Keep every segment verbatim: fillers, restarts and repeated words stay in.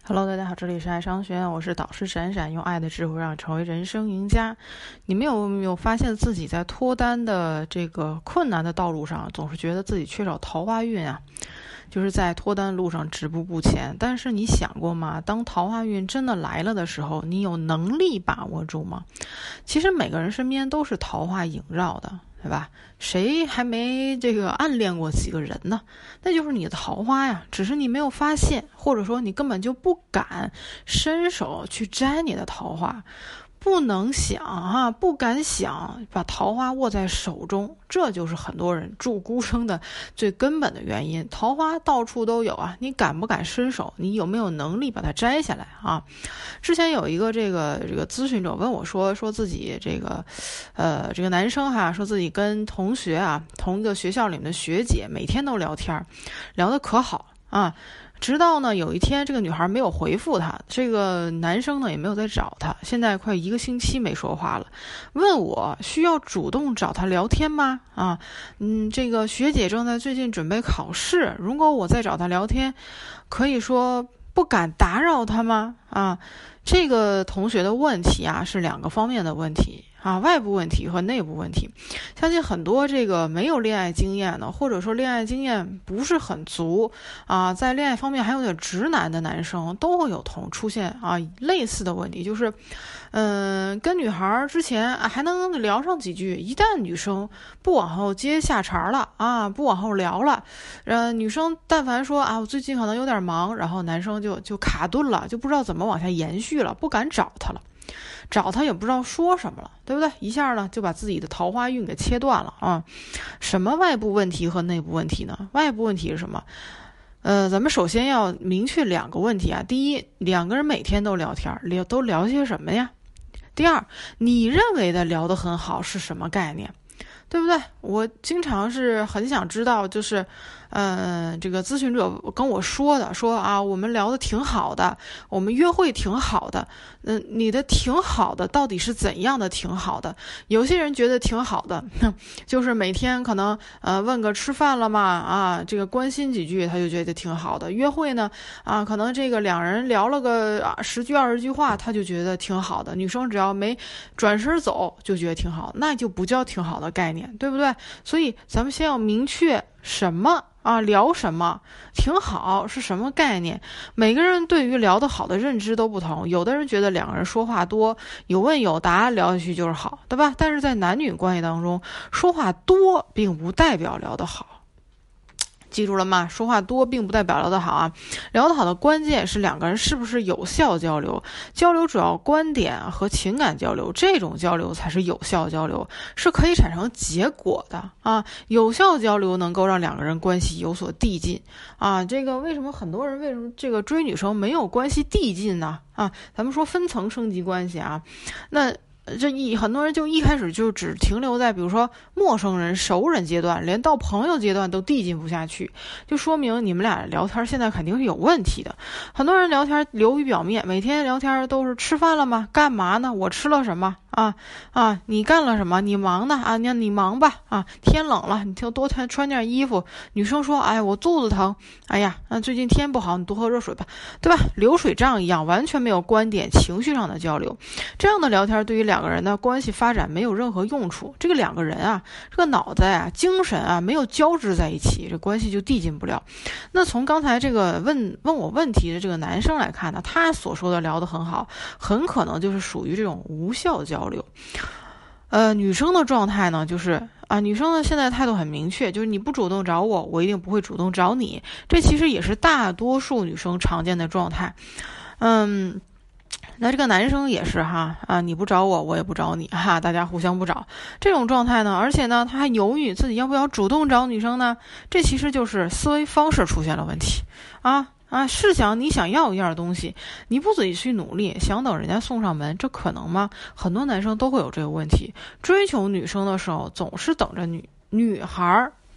Hello， 大家好，这里是爱商学院，我是导师闪闪，用爱的智慧让你成为人生赢家。你们有没有发现自己在脱单的这个困难的道路上，总是觉得自己缺少桃花运啊？就是在脱单路上止步不前。但是你想过吗？当桃花运真的来了的时候，你有能力把握住吗？其实每个人身边都是桃花萦绕的，对吧？谁还没这个暗恋过几个人呢？那就是你的桃花呀，只是你没有发现，或者说你根本就不敢伸手去摘你的桃花。不能想啊，不敢想把桃花握在手中，这就是很多人住孤生的最根本的原因。桃花到处都有啊，你敢不敢伸手？你有没有能力把它摘下来啊？之前有一个这个这个咨询者问我说，说自己这个呃这个男生哈，说自己跟同学啊，同一个学校里面的学姐每天都聊天，聊得可好啊。直到呢有一天这个女孩没有回复他，这个男生呢也没有再找他，现在快一个星期没说话了，问我需要主动找他聊天吗？啊，嗯，这个学姐正在最近准备考试，如果我再找他聊天，可以说不敢打扰他吗？啊，这个同学的问题啊是两个方面的问题啊，外部问题和内部问题。相信很多这个没有恋爱经验的，或者说恋爱经验不是很足啊，在恋爱方面还有点直男的男生，都会有同出现啊类似的问题，就是嗯、呃，跟女孩之前、啊、还能聊上几句，一旦女生不往后接下茬了啊，不往后聊了，呃，女生但凡说啊我最近可能有点忙，然后男生就就卡顿了，就不知道怎么往下延续了，不敢找他了。找他也不知道说什么了，对不对？一下呢就把自己的桃花运给切断了啊！什么外部问题和内部问题呢？外部问题是什么？呃，咱们首先要明确两个问题啊。第一，两个人每天都聊天，聊都聊些什么呀？第二，你认为的聊得很好是什么概念？对不对？我经常是很想知道，就是，嗯、呃，这个咨询者跟我说的，说啊，我们聊得挺好的，我们约会挺好的，嗯、呃，你的挺好的到底是怎样的挺好的？有些人觉得挺好的，就是每天可能呃问个吃饭了吗？啊，这个关心几句，他就觉得挺好的。约会呢，啊，可能这个两人聊了个啊十句二十句话，他就觉得挺好的。女生只要没转身走，就觉得挺好，那就不叫挺好的概念。对不对？所以咱们先要明确什么啊，聊什么挺好是什么概念。每个人对于聊得好的认知都不同，有的人觉得两个人说话多，有问有答，聊下去就是好，对吧？但是在男女关系当中，说话多并不代表聊得好。记住了吗？说话多并不代表聊得好啊，聊得好的关键是两个人是不是有效交流，交流主要观点和情感交流，这种交流才是有效交流，是可以产生结果的啊。有效交流能够让两个人关系有所递进啊。这个为什么很多人为什么这个追女生没有关系递进呢？啊，咱们说分层升级关系啊，那。这一很多人就一开始就只停留在比如说陌生人、熟人阶段，连到朋友阶段都递进不下去，就说明你们俩聊天现在肯定是有问题的。很多人聊天流于表面，每天聊天都是吃饭了吗？干嘛呢？我吃了什么？啊啊！你干了什么？你忙呢？啊，那你忙吧。啊，天冷了，你就多穿穿件衣服。女生说：“哎，我肚子疼。哎呀，那最近天不好，你多喝热水吧，对吧？”流水账一样，完全没有观点、情绪上的交流。这样的聊天对于两个人的关系发展没有任何用处。这个两个人啊，这个脑袋啊、精神啊没有交织在一起，这关系就递进不了。那从刚才这个问问我问题的这个男生来看呢，他所说的聊得很好，很可能就是属于这种无效交流。呃，女生的状态呢，就是啊，女生呢现在态度很明确，就是你不主动找我，我一定不会主动找你。这其实也是大多数女生常见的状态。嗯。那这个男生也是哈啊，你不找我，我也不找你哈，大家互相不找这种状态呢，而且呢，他还犹豫自己要不要主动找女生呢，这其实就是思维方式出现了问题啊啊！试想你想要一样东西，你不自己去努力，想等人家送上门，这可能吗？很多男生都会有这个问题，追求女生的时候总是等着女女孩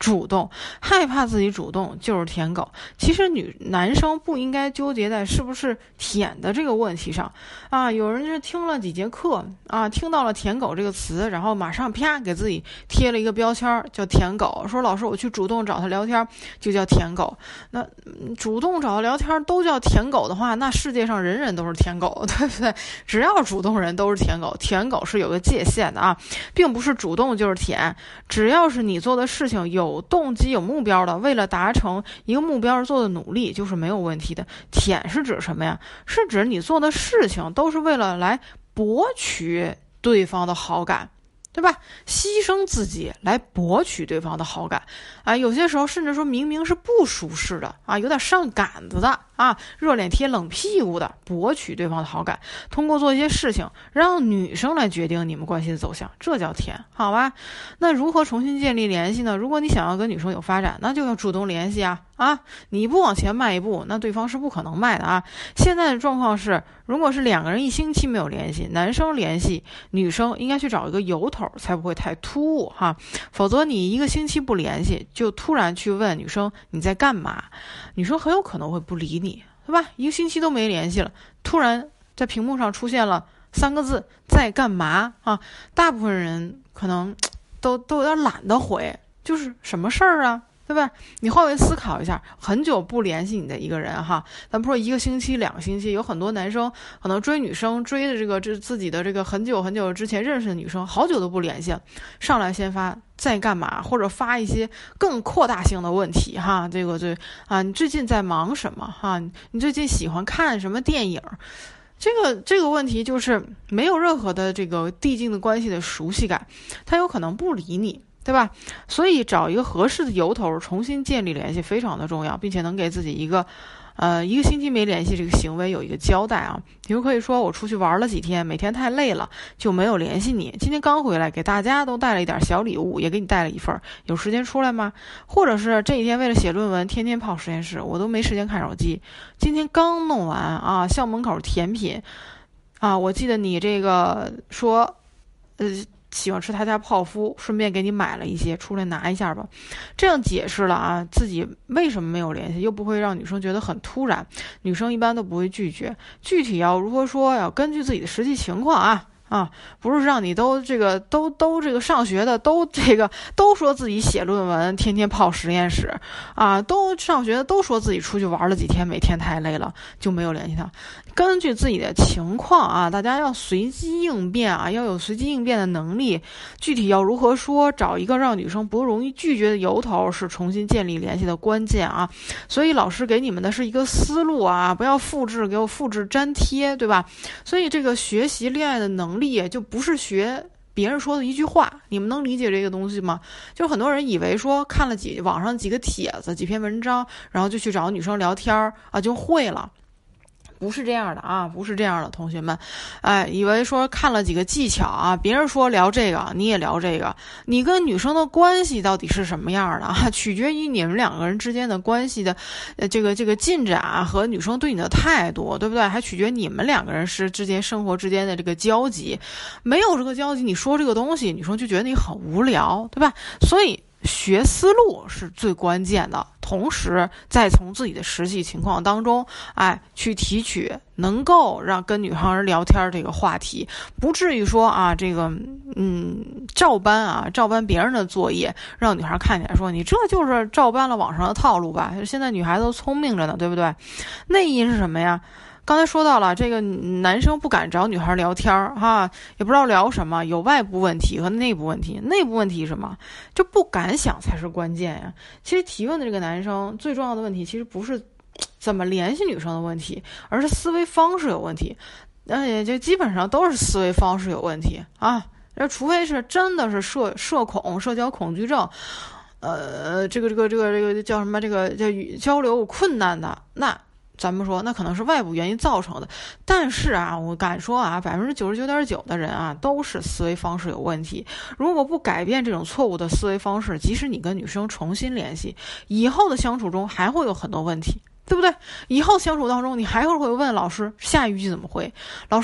主动，害怕自己主动就是舔狗。其实女男生不应该纠结在是不是舔的这个问题上啊。有人就是听了几节课啊，听到了舔狗这个词，然后马上啪给自己贴了一个标签叫舔狗，说老师我去主动找他聊天就叫舔狗。那主动找他聊天都叫舔狗的话，那世界上人人都是舔狗，对不对？只要主动人都是舔狗，舔狗是有个界限的啊，并不是主动就是舔，只要是你做的事情有有动机有目标的，为了达成一个目标而做的努力就是没有问题的。舔是指什么呀？是指你做的事情都是为了来博取对方的好感，对吧？牺牲自己来博取对方的好感啊，有些时候甚至说明明是不舒适的啊，有点上杆子的啊，热脸贴冷屁股的，博取对方的好感，通过做一些事情让女生来决定你们关系的走向，这叫舔，好吧？那如何重新建立联系呢？如果你想要跟女生有发展，那就要主动联系啊啊！你不往前迈一步，那对方是不可能迈的啊。现在的状况是，如果是两个人一星期没有联系，男生联系女生应该去找一个由头，才不会太突兀哈。否则你一个星期不联系，就突然去问女生你在干嘛，女生很有可能会不理你，对吧？一个星期都没联系了，突然在屏幕上出现了三个字在干嘛啊？大部分人可能都都有点懒得回，就是什么事儿啊，对吧？你换位思考一下，很久不联系你的一个人哈，咱不说一个星期两个星期，有很多男生可能追女生追的这个这自己的这个很久很久之前认识的女生，好久都不联系了，上来先发在干嘛，或者发一些更扩大性的问题哈，这个这啊，你最近在忙什么哈？你最近喜欢看什么电影？这个这个问题就是没有任何的这个递进的关系的熟悉感，他有可能不理你，对吧？所以找一个合适的由头重新建立联系非常的重要，并且能给自己一个呃一个星期没联系这个行为有一个交代啊。比如可以说我出去玩了几天，每天太累了就没有联系你，今天刚回来给大家都带了一点小礼物，也给你带了一份，有时间出来吗？或者是这一天为了写论文天天泡实验室，我都没时间看手机，今天刚弄完啊，校门口甜品啊，我记得你这个说呃喜欢吃他家泡芙，顺便给你买了一些，出来拿一下吧。这样解释了啊，自己为什么没有联系，又不会让女生觉得很突然，女生一般都不会拒绝。具体要如何说，要根据自己的实际情况啊啊，不是让你都这个都都这个上学的都这个都说自己写论文，天天泡实验室啊，都上学的都说自己出去玩了几天，每天太累了就没有联系他。根据自己的情况啊，大家要随机应变啊，要有随机应变的能力。具体要如何说，找一个让女生不容易拒绝的由头，是重新建立联系的关键啊。所以老师给你们的是一个思路啊，不要复制，给我复制粘贴，对吧？所以这个学习恋爱的能力就不是学别人说的一句话，你们能理解这个东西吗？就很多人以为说看了几网上几个帖子几篇文章，然后就去找女生聊天啊就会了。不是这样的啊，不是这样的，同学们，哎，以为说看了几个技巧啊，别人说聊这个，你也聊这个，你跟女生的关系到底是什么样的啊？取决于你们两个人之间的关系的，呃，这个这个进展啊，和女生对你的态度，对不对？还取决于你们两个人是之间生活之间的这个交集，没有这个交集，你说这个东西，女生就觉得你很无聊，对吧？所以学思路是最关键的，同时再从自己的实际情况当中，哎，去提取能够让跟女孩人聊天这个话题，不至于说啊，这个嗯照搬啊，照搬别人的作业，让女孩看起来说你这就是照搬了网上的套路吧？现在女孩子都聪明着呢，对不对？内因是什么呀？刚才说到了，这个男生不敢找女孩聊天儿哈，也不知道聊什么，有外部问题和内部问题。内部问题是什么？就不敢想才是关键呀。其实提问的这个男生最重要的问题，其实不是怎么联系女生的问题，而是思维方式有问题。那也就基本上都是思维方式有问题啊。除非是真的是社社恐、社交恐惧症，呃，这个这个这个这个叫什么？这个叫交流困难的那。咱们说那可能是外部原因造成的，但是啊，我敢说啊，百分之九十九点九的人啊都是思维方式有问题。如果不改变这种错误的思维方式，即使你跟女生重新联系，以后的相处中还会有很多问题，对不对？以后相处当中，你还会会问老师下一句怎么回，老师要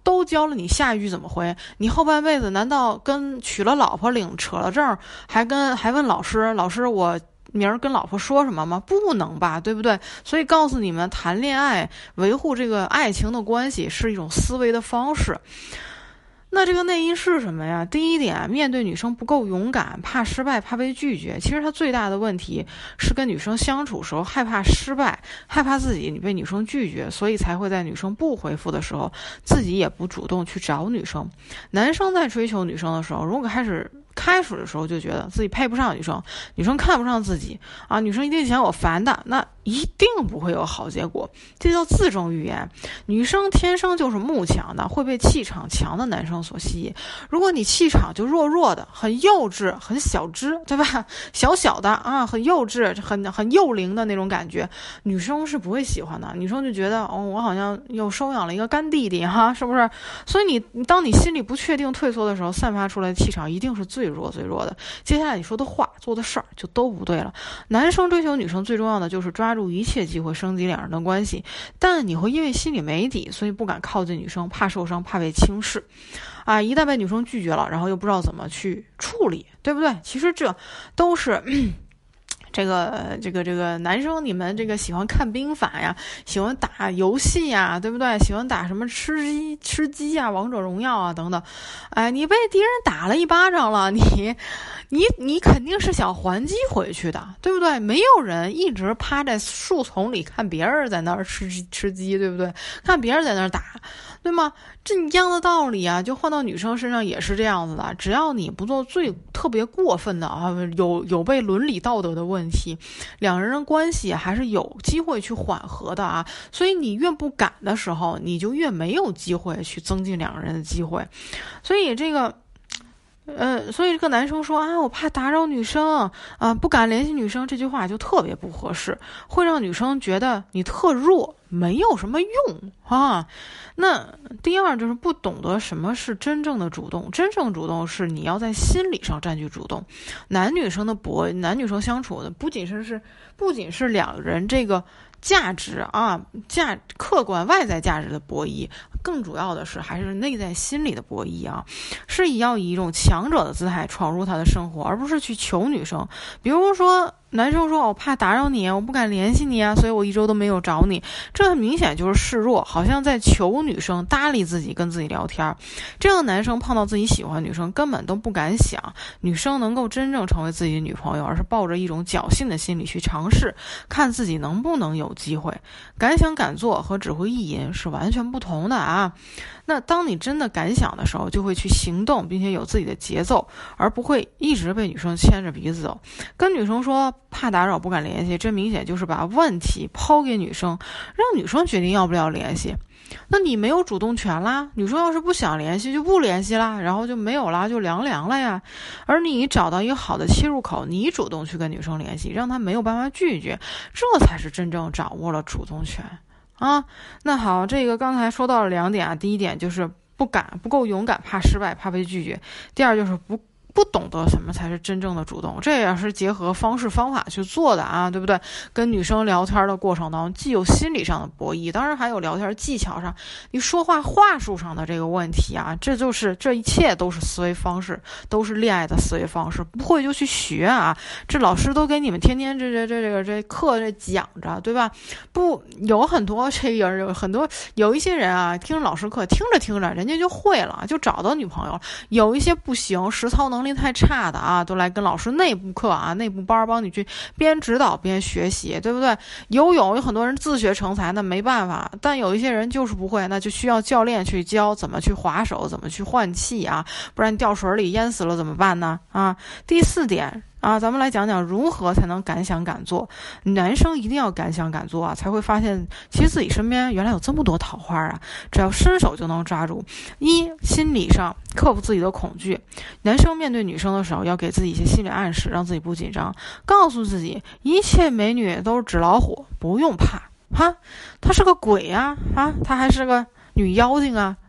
都教了你下一句怎么回，你后半辈子难道跟娶了老婆领扯了证，还跟还问老师，老师我明儿跟老婆说什么吗？不能吧，对不对？所以告诉你们，谈恋爱维护这个爱情的关系是一种思维的方式。那这个内因是什么呀？第一点，面对女生不够勇敢，怕失败，怕被拒绝。其实他最大的问题是跟女生相处时候害怕失败，害怕自己你被女生拒绝，所以才会在女生不回复的时候，自己也不主动去找女生。男生在追求女生的时候，如果开始开始的时候就觉得自己配不上女生，女生看不上自己啊，女生一定嫌我烦的，那一定不会有好结果。这叫自证预言。女生天生就是慕强的，会被气场强的男生所吸引。如果你气场就弱弱的，很幼稚，很小只，对吧？小小的啊，很幼稚，很很幼龄的那种感觉，女生是不会喜欢的。女生就觉得哦，我好像又收养了一个干弟弟哈，是不是？所以你当你心里不确定退缩的时候，散发出来的气场一定是最弱最弱的。接下来你说的话做的事儿就都不对了。男生追求女生最重要的就是抓住一切机会升级两人的关系，但你会因为心里没底，所以不敢靠近女生，怕受伤，怕被轻视啊！一旦被女生拒绝了，然后又不知道怎么去处理，对不对？其实这都是这个这个这个男生，你们这个喜欢看兵法呀，喜欢打游戏呀，对不对？喜欢打什么吃鸡吃鸡啊，王者荣耀啊等等。哎，你被敌人打了一巴掌了，你你你肯定是想还击回去的，对不对？没有人一直趴在树丛里看别人在那儿吃吃鸡，对不对？看别人在那儿打，对吗？这一样的道理啊，就换到女生身上也是这样子的。只要你不做最特别过分的啊，有有悖伦理道德的问题，两人的关系还是有机会去缓和的啊。所以你越不敢的时候，你就越没有机会去增进两个人的机会。所以这个呃，所以这个男生说啊，我怕打扰女生啊，不敢联系女生，这句话就特别不合适，会让女生觉得你特弱，没有什么用啊。那第二就是不懂得什么是真正的主动，真正主动是你要在心理上占据主动。男女生的博，男女生相处的不仅是是不仅是两人这个价值啊，价客观外在价值的博弈，更主要的是还是内在心理的博弈啊，是以要以一种强者的姿态闯入他的生活，而不是去求女生。比如说男生说我怕打扰你，我不敢联系你啊，所以我一周都没有找你，这很明显就是示弱，好像在求女生搭理自己，跟自己聊天。这样的男生碰到自己喜欢女生根本都不敢想女生能够真正成为自己的女朋友，而是抱着一种侥幸的心理去尝试，看自己能不能有机会。敢想敢做和只会意淫是完全不同的啊。那当你真的敢想的时候，就会去行动，并且有自己的节奏，而不会一直被女生牵着鼻子走。跟女生说怕打扰不敢联系，这明显就是把问题抛给女生，让女生决定要不要联系。那你没有主动权啦，女生要是不想联系就不联系啦，然后就没有啦，就凉凉了呀。而你找到一个好的切入口，你主动去跟女生联系，让她没有办法拒绝，这才是真正掌握了主动权啊。那好，这个刚才说到了两点啊，第一点就是不敢不够勇敢，怕失败，怕被拒绝；第二就是不不懂得什么才是真正的主动，这也是结合方式方法去做的啊，对不对？跟女生聊天的过程当中，既有心理上的博弈，当然还有聊天技巧上，你说话话术上的这个问题啊，这就是这一切都是思维方式，都是恋爱的思维方式，不会就去学啊，这老师都给你们天天这这这这个这课这讲着，对吧？不，有很多这个有很多有一些人啊，听老师课听着听着，人家就会了，就找到女朋友了。有一些不行，实操能力太差的啊，都来跟老师内部课啊、内部班帮你去边指导边学习，对不对？游泳有很多人自学成才，那没办法，但有一些人就是不会，那就需要教练去教怎么去划手，怎么去换气啊，不然掉水里淹死了怎么办呢？啊，第四点啊，咱们来讲讲如何才能敢想敢做。男生一定要敢想敢做啊，才会发现其实自己身边原来有这么多桃花啊，只要伸手就能抓住。一，心理上克服自己的恐惧。男生面对女生的时候，要给自己一些心理暗示，让自己不紧张，告诉自己一切美女都是纸老虎，不用怕哈，她是个鬼呀啊，她还是个女妖精啊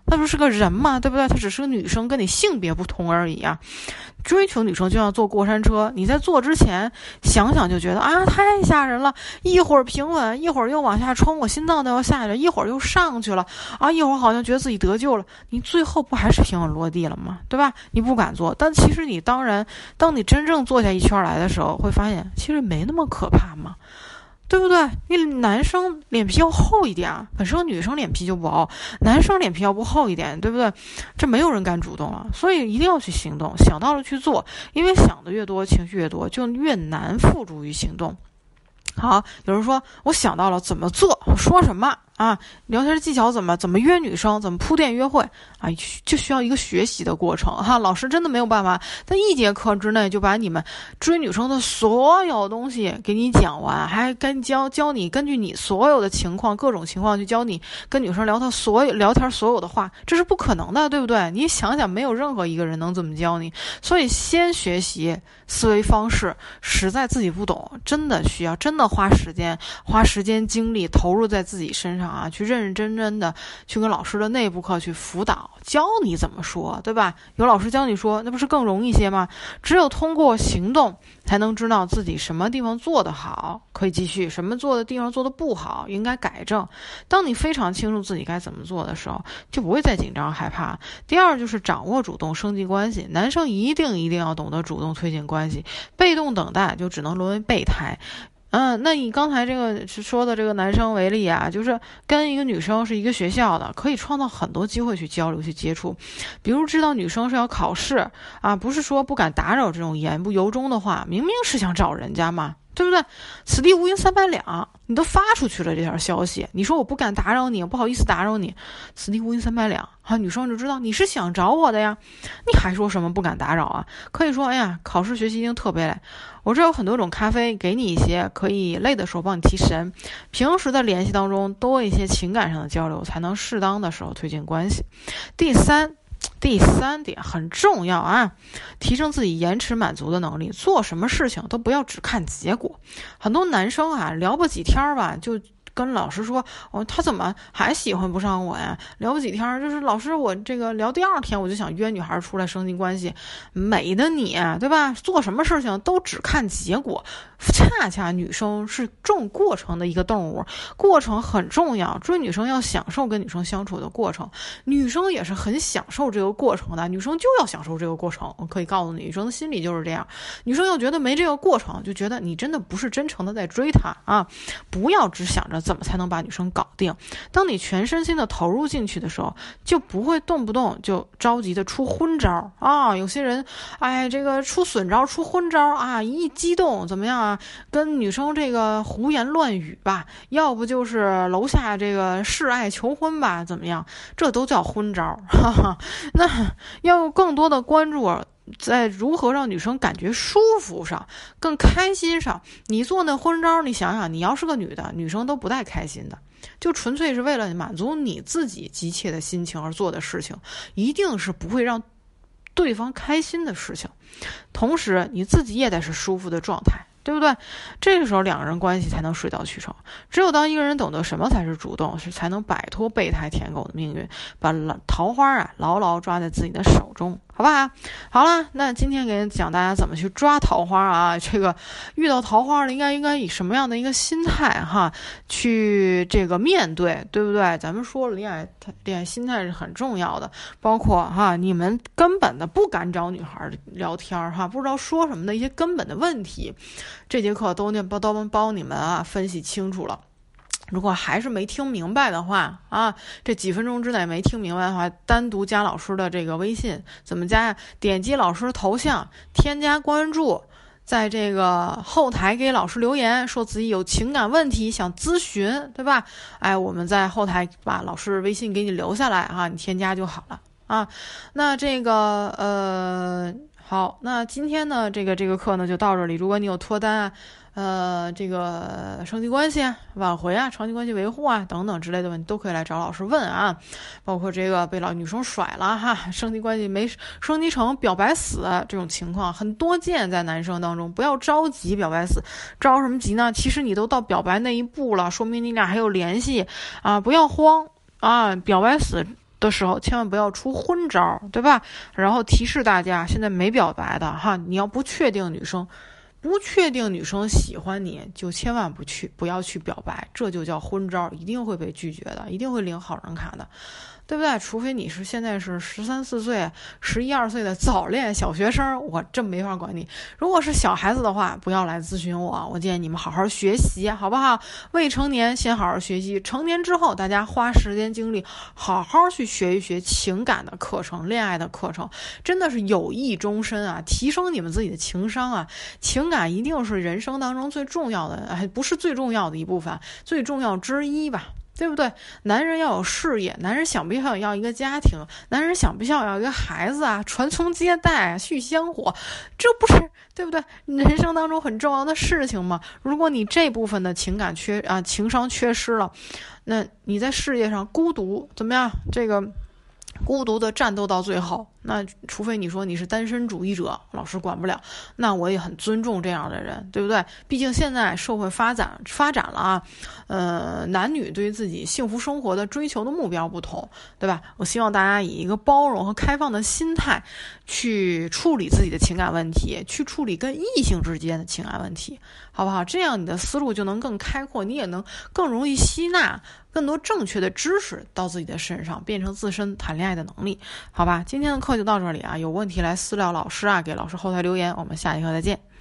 她不是个人嘛，对不对？她只是个女生，跟你性别不同而已啊。追求女生就像坐过山车，你在坐之前想想就觉得啊，太吓人了，一会儿平稳，一会儿又往下冲，我心脏都要下来了，一会儿又上去了啊，一会儿好像觉得自己得救了，你最后不还是平稳落地了吗？对吧？你不敢做，但其实你当然当你真正坐下一圈来的时候，会发现其实没那么可怕嘛，对不对？你男生脸皮要厚一点啊，本身女生脸皮就不厚，男生脸皮要不厚一点，对不对？这没有人敢主动了，所以一定要去行动，想到了去做，因为想的越多，情绪越多，就越难付诸于行动。好，有人说我想到了怎么做，我说什么啊？聊天技巧怎么怎么约女生，怎么铺垫约会啊？就需要一个学习的过程哈。老师真的没有办法在一节课之内就把你们追女生的所有东西给你讲完，还跟教教你根据你所有的情况各种情况去教你跟女生聊她所有聊天所有的话，这是不可能的，对不对？你想想，没有任何一个人能这么教你。所以先学习思维方式，实在自己不懂，真的需要真的花时间花时间精力投入在自己身上啊，去认认真真的去跟老师的内部课去辅导，教你怎么说，对吧？有老师教你说，那不是更容易些吗？只有通过行动才能知道自己什么地方做得好，可以继续，什么做的地方做得不好，应该改正。当你非常清楚自己该怎么做的时候，就不会再紧张害怕。第二就是掌握主动升级关系，男生一定一定要懂得主动推进关系，被动等待就只能沦为备胎。嗯，那以刚才这个说的这个男生为例啊，就是跟一个女生是一个学校的，可以创造很多机会去交流去接触。比如知道女生是要考试啊，不是说不敢打扰这种言不由衷的话，明明是想找人家嘛，对不对？此地无银三百两，你都发出去了这条消息，你说我不敢打扰你，我不好意思打扰你，此地无银三百两啊，女生就知道你是想找我的呀，你还说什么不敢打扰啊？可以说，哎呀，考试学习一定特别累，我这有很多种咖啡，给你一些，可以累的时候帮你提神。平时的联系当中多一些情感上的交流，才能适当的时候推进关系。第三第三点很重要啊，提升自己延迟满足的能力，做什么事情都不要只看结果。很多男生啊，聊不几天吧，就跟老师说，哦，他怎么还喜欢不上我呀？聊不几天，就是老师，我这个聊第二天我就想约女孩出来升级关系，美的你，对吧？做什么事情都只看结果，恰恰女生是重过程的一个动物，过程很重要。追女生要享受跟女生相处的过程，女生也是很享受这个过程的，女生就要享受这个过程。我可以告诉你，女生的心理就是这样，女生要觉得没这个过程，就觉得你真的不是真诚的在追她啊！不要只想着怎么才能把女生搞定。当你全身心的投入进去的时候，就不会动不动就着急的出昏招啊！有些人，哎，这个出损招、出昏招啊，一激动怎么样啊？跟女生这个胡言乱语吧，要不就是楼下这个示爱求婚吧，怎么样？这都叫昏招，哈哈。那要更多的关注在如何让女生感觉舒服上，更开心上。你做那昏招，你想想，你要是个女的，女生都不带开心的，就纯粹是为了满足你自己急切的心情而做的事情，一定是不会让对方开心的事情。同时你自己也得是舒服的状态，对不对？这个时候两个人关系才能水到渠成。只有当一个人懂得什么才是主动，是才能摆脱备胎舔狗的命运，把桃花啊牢牢抓在自己的手中，好不好？好了，那今天给讲大家怎么去抓桃花啊，这个遇到桃花了应该应该以什么样的一个心态哈去这个面对，对不对？咱们说了恋爱恋爱心态是很重要的，包括哈你们根本的不敢找女孩聊天哈，不知道说什么的一些根本的问题，这节课都都都帮你们啊分析清楚了。如果还是没听明白的话啊，这几分钟之内没听明白的话，单独加老师的这个微信，怎么加呀？点击老师头像，添加关注，在这个后台给老师留言，说自己有情感问题想咨询，对吧？哎，我们在后台把老师微信给你留下来啊，你添加就好了啊。那这个呃，好，那今天呢，这个这个课呢就到这里。如果你有脱单啊，呃，这个升级关系啊、挽回啊、长期关系维护啊等等之类的问题，都可以来找老师问啊。包括这个被老女生甩了哈，升级关系没升级成表白死这种情况很多见在男生当中，不要着急表白死，着什么急呢？其实你都到表白那一步了，说明你俩还有联系啊，不要慌啊，表白死。 的时候千万不要出昏招，对吧？然后提示大家，现在没表白的哈，你要不确定女生不确定女生喜欢你，就千万不去不要去表白，这就叫昏招，一定会被拒绝的，一定会领好人卡的，对不对？除非你是现在是十三四岁、十一二岁的早恋小学生，我真没法管你。如果是小孩子的话，不要来咨询我，我建议你们好好学习，好不好？未成年先好好学习，成年之后大家花时间精力好好去学一学情感的课程、恋爱的课程，真的是有益终身啊！提升你们自己的情商啊！情感一定是人生当中最重要的，哎，不是最重要的一部分，最重要之一吧。对不对？男人要有事业，男人想不想要一个家庭，男人想不想要一个孩子啊，传宗接代啊，续香火，这不是对不对？人生当中很重要的事情嘛。如果你这部分的情感缺啊，情商缺失了，那你在事业上孤独怎么样？这个孤独的战斗到最后，那除非你说你是单身主义者，老师管不了，那我也很尊重这样的人，对不对？毕竟现在社会发展发展了啊，呃，男女对于自己幸福生活的追求的目标不同，对吧？我希望大家以一个包容和开放的心态去处理自己的情感问题，去处理跟异性之间的情感问题，好不好？这样你的思路就能更开阔，你也能更容易吸纳更多正确的知识到自己的身上，变成自身谈恋爱的能力，好吧？今天的课就到这里啊，有问题来私聊老师啊，给老师后台留言，我们下一课再见。